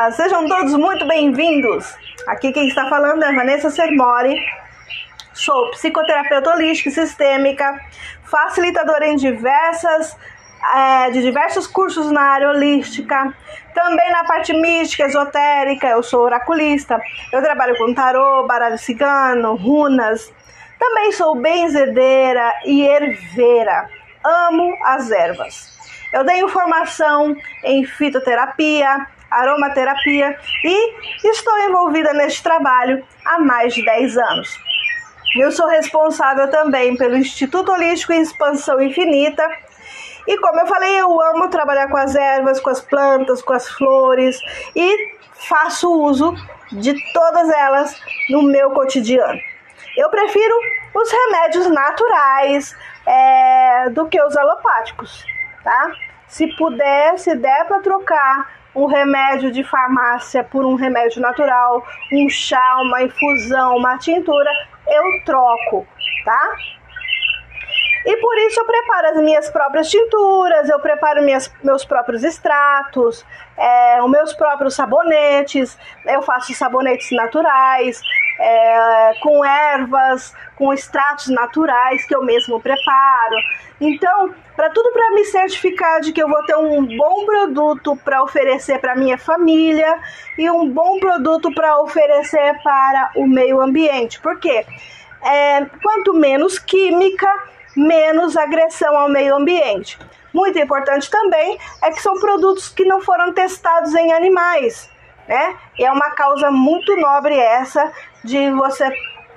Olá, sejam todos muito bem-vindos. Aqui quem está falando é Vanessa Sermori. Sou psicoterapeuta holística e sistêmica, facilitadora em diversos cursos na área holística, também na parte mística, esotérica. Eu sou oraculista, eu trabalho com tarô, baralho cigano, runas. Também sou benzedeira e herveira. Amo as ervas. Eu tenho formação em fitoterapia, aromaterapia e estou envolvida neste trabalho há mais de 10 anos. Eu sou responsável também pelo Instituto Holístico em Expansão Infinita. E como eu falei, eu amo trabalhar com as ervas, com as plantas, com as flores e faço uso de todas elas no meu cotidiano. Eu prefiro os remédios naturais do que os alopáticos, tá? Se der para trocar um remédio de farmácia por um remédio natural, um chá, uma infusão, uma tintura, eu troco, tá? E por isso eu preparo as minhas próprias tinturas, eu preparo meus próprios extratos, os meus próprios sabonetes, eu faço sabonetes naturais, com ervas, com extratos naturais que eu mesmo preparo. Então, para me certificar de que eu vou ter um bom produto para oferecer para minha família e um bom produto para oferecer para o meio ambiente. Por quê? Quanto menos química, menos agressão ao meio ambiente. Muito importante também é que são produtos que não foram testados em animais, né? E é uma causa muito nobre essa de você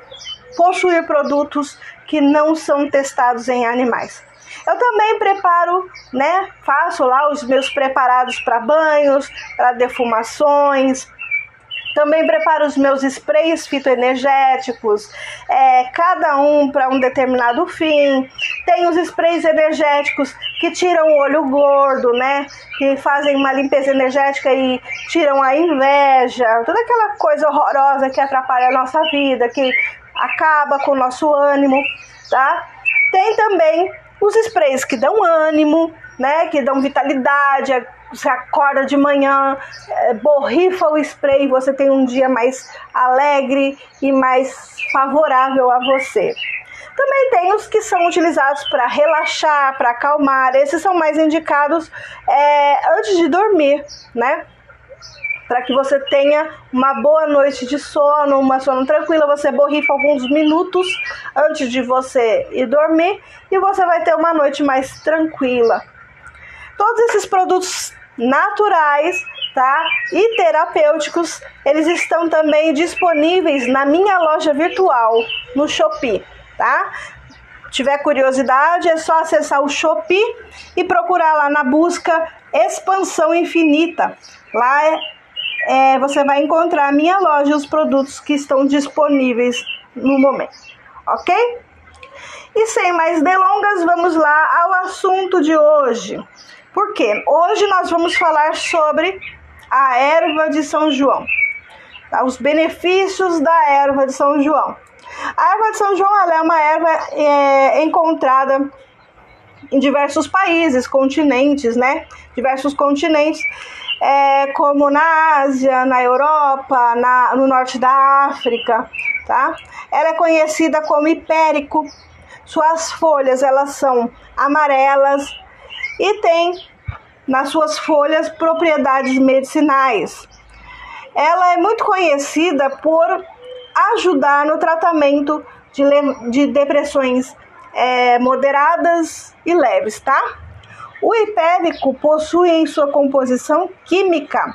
possuir produtos que não são testados em animais. Eu também preparo, né? Faço lá os meus preparados para banhos, para defumações. Também preparo os meus sprays fitoenergéticos, cada um para um determinado fim. Tem os sprays energéticos que tiram o olho gordo, né? Que fazem uma limpeza energética e tiram a inveja, toda aquela coisa horrorosa que atrapalha a nossa vida, que acaba com o nosso ânimo, tá? Tem também os sprays que dão ânimo, né? Que dão vitalidade. Você acorda de manhã, borrifa o spray, você tem um dia mais alegre e mais favorável a você. Também tem os que são utilizados para relaxar, para acalmar. Esses são mais indicados antes de dormir, né? Para que você tenha uma boa noite de sono, uma sono tranquila, você borrifa alguns minutos antes de você ir dormir e você vai ter uma noite mais tranquila. Todos esses produtos naturais, tá? E terapêuticos, eles estão também disponíveis na minha loja virtual, no Shopee, tá? Se tiver curiosidade, é só acessar o Shopee e procurar lá na busca Expansão Infinita. Lá você vai encontrar a minha loja e os produtos que estão disponíveis no momento, ok? E sem mais delongas, vamos lá ao assunto de hoje. Por quê? Hoje nós vamos falar sobre a erva de São João, tá? Os benefícios da erva de São João. A erva de São João ela é uma erva encontrada em diversos países, continentes, né? Diversos continentes, como na Ásia, na Europa, no norte da África, tá? Ela é conhecida como hipérico. Suas folhas elas são amarelas e tem nas suas folhas propriedades medicinais. Ela é muito conhecida por ajudar no tratamento de depressões moderadas e leves, tá? O hipérico possui em sua composição química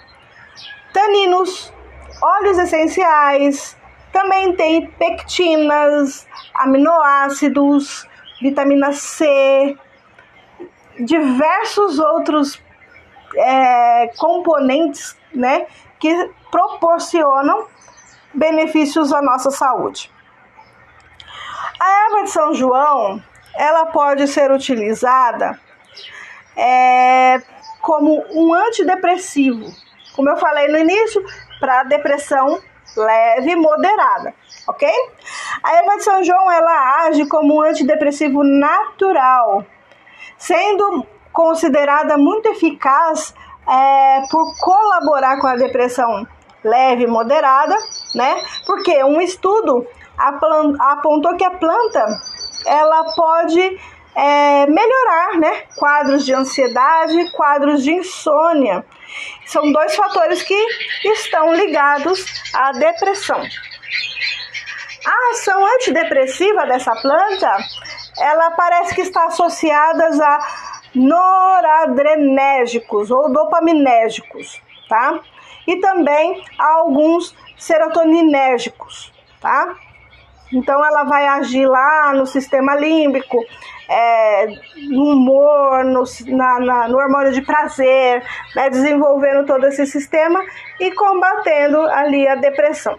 taninos, óleos essenciais, também tem pectinas, aminoácidos, vitamina C, diversos outros componentes, né, que proporcionam benefícios à nossa saúde. A erva de São João, ela pode ser utilizada como um antidepressivo, como eu falei no início, para depressão leve e moderada, ok? A erva de São João, ela age como um antidepressivo natural, sendo considerada muito eficaz por colaborar com a depressão leve e moderada, né? Porque um estudo apontou que a planta ela pode melhorar, né? Quadros de ansiedade, quadros de insônia. São 2 fatores que estão ligados à depressão. A ação antidepressiva dessa planta, ela parece que está associada a noradrenérgicos ou dopaminérgicos, tá? E também a alguns serotoninérgicos, tá? Então ela vai agir lá no sistema límbico, no humor, no hormônio de prazer, né? Desenvolvendo todo esse sistema e combatendo ali a depressão.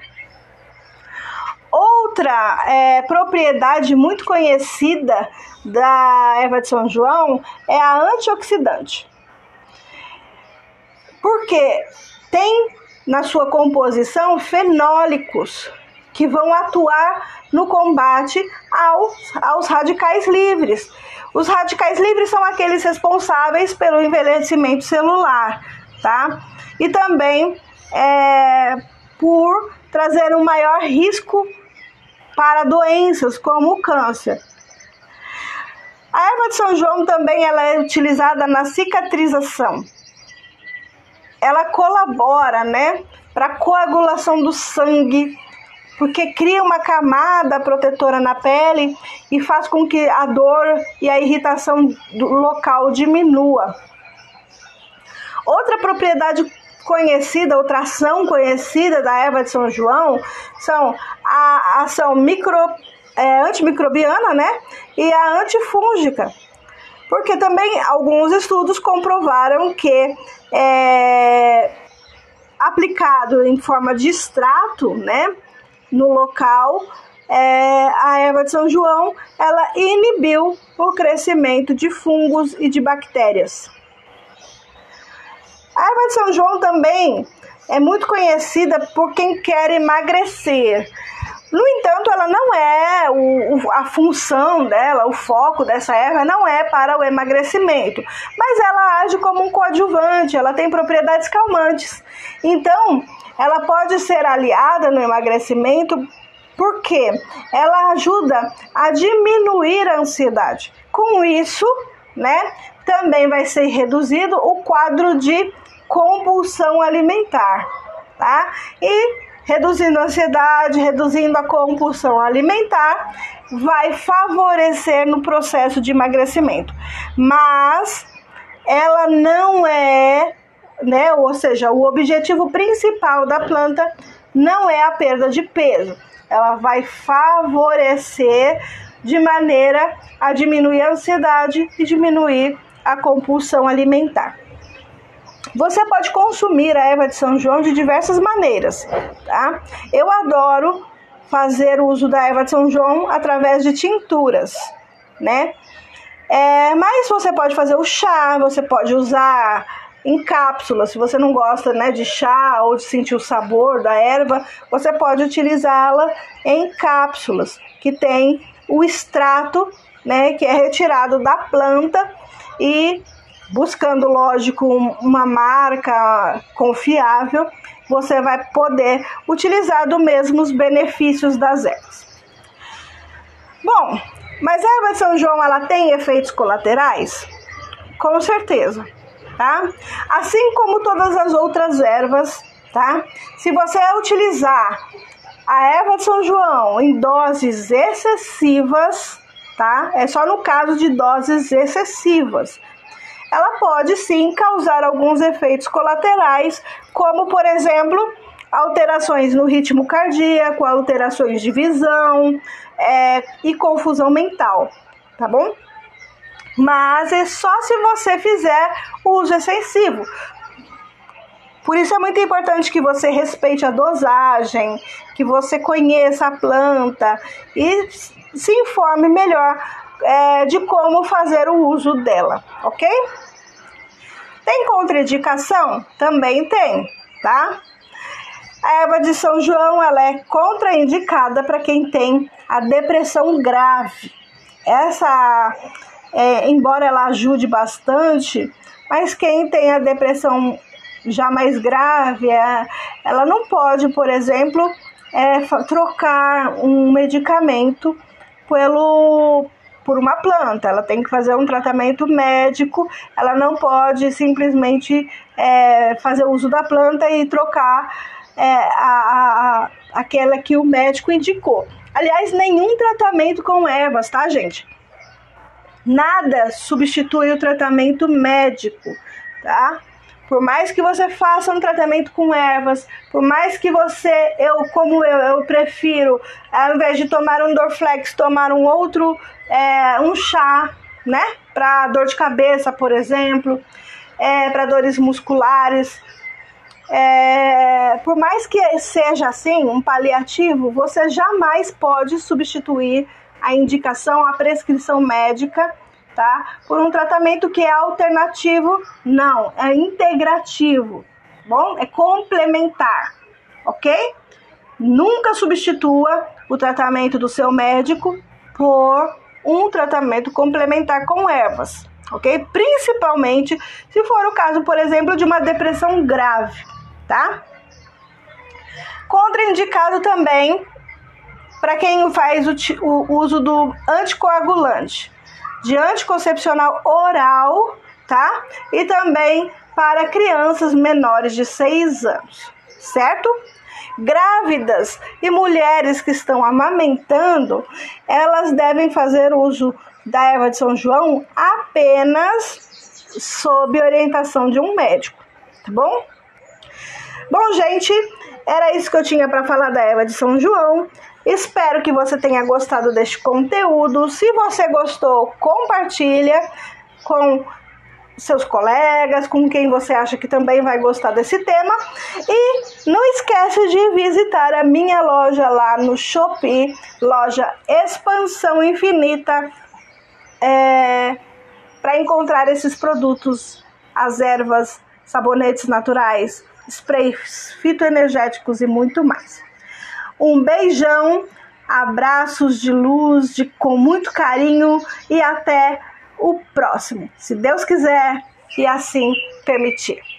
Outra propriedade muito conhecida da erva de São João é a antioxidante. Porque tem na sua composição fenólicos que vão atuar no combate aos radicais livres. Os radicais livres são aqueles responsáveis pelo envelhecimento celular, tá? E também por trazer um maior risco para doenças como o câncer. A erva de São João também ela é utilizada na cicatrização. Ela colabora, né, para a coagulação do sangue, porque cria uma camada protetora na pele e faz com que a dor e a irritação do local diminua. Outra propriedade conhecida, outra ação conhecida da erva de São João são a ação antimicrobiana, né, e a antifúngica. Porque também alguns estudos comprovaram que aplicado em forma de extrato, né, no local, a erva de São João, ela inibiu o crescimento de fungos e de bactérias. A erva de São João também é muito conhecida por quem quer emagrecer. No entanto, ela não é a função dela, o foco dessa erva não é para o emagrecimento, mas ela age como um coadjuvante, ela tem propriedades calmantes. Então, ela pode ser aliada no emagrecimento porque ela ajuda a diminuir a ansiedade. Com isso, né, também vai ser reduzido o quadro de compulsão alimentar, tá? E reduzindo a ansiedade, reduzindo a compulsão alimentar, vai favorecer no processo de emagrecimento. Mas ela não é, né, ou seja, o objetivo principal da planta não é a perda de peso. Ela vai favorecer de maneira a diminuir a ansiedade e diminuir a compulsão alimentar. Você pode consumir a erva de São João de diversas maneiras, tá? Eu adoro fazer uso da erva de São João através de tinturas, né? Mas você pode fazer o chá, você pode usar em cápsulas. Se você não gosta, né, de chá ou de sentir o sabor da erva, você pode utilizá-la em cápsulas, que tem o extrato, né, que é retirado da planta e buscando, lógico, uma marca confiável, você vai poder utilizar dos mesmos benefícios das ervas. Bom, mas a erva de São João, ela tem efeitos colaterais? Com certeza, tá? Assim como todas as outras ervas, tá? Se você utilizar a erva de São João em doses excessivas, tá? É só no caso de doses excessivas. Ela pode sim causar alguns efeitos colaterais, como, por exemplo, alterações no ritmo cardíaco, alterações de visão e confusão mental, tá bom? Mas é só se você fizer uso excessivo. Por isso é muito importante que você respeite a dosagem, que você conheça a planta e se informe melhor de como fazer o uso dela, ok? Tem contraindicação? Também tem, tá? A erva de São João, ela é contraindicada para quem tem a depressão grave. Essa embora ela ajude bastante, mas quem tem a depressão já mais grave, ela não pode, por exemplo, trocar um medicamento por uma planta. Ela tem que fazer um tratamento médico, ela não pode simplesmente fazer uso da planta e trocar aquela que o médico indicou. Aliás, nenhum tratamento com ervas, tá, gente? Nada substitui o tratamento médico, tá? Por mais que você faça um tratamento com ervas, por mais que eu prefiro, ao invés de tomar um Dorflex, tomar um outro, um chá, né? Para dor de cabeça, por exemplo, para dores musculares. Por mais que seja assim, um paliativo, você jamais pode substituir a indicação, a prescrição médica, tá? Por um tratamento que é alternativo, não, é integrativo, bom? É complementar, ok? Nunca substitua o tratamento do seu médico por um tratamento complementar com ervas, ok? Principalmente se for o caso, por exemplo, de uma depressão grave, tá? Contraindicado também para quem faz o uso do anticoagulante, de anticoncepcional oral, tá? E também para crianças menores de 6 anos, certo? Grávidas e mulheres que estão amamentando, elas devem fazer uso da erva de São João apenas sob orientação de um médico, tá bom? Bom, gente, era isso que eu tinha para falar da erva de São João. Espero que você tenha gostado deste conteúdo. Se você gostou, compartilha com seus colegas, com quem você acha que também vai gostar desse tema. E não esquece de visitar a minha loja lá no Shopee, loja Expansão Infinita, para encontrar esses produtos, as ervas, sabonetes naturais, sprays fitoenergéticos e muito mais. Um beijão, abraços de luz, com muito carinho e até o próximo, se Deus quiser e assim permitir.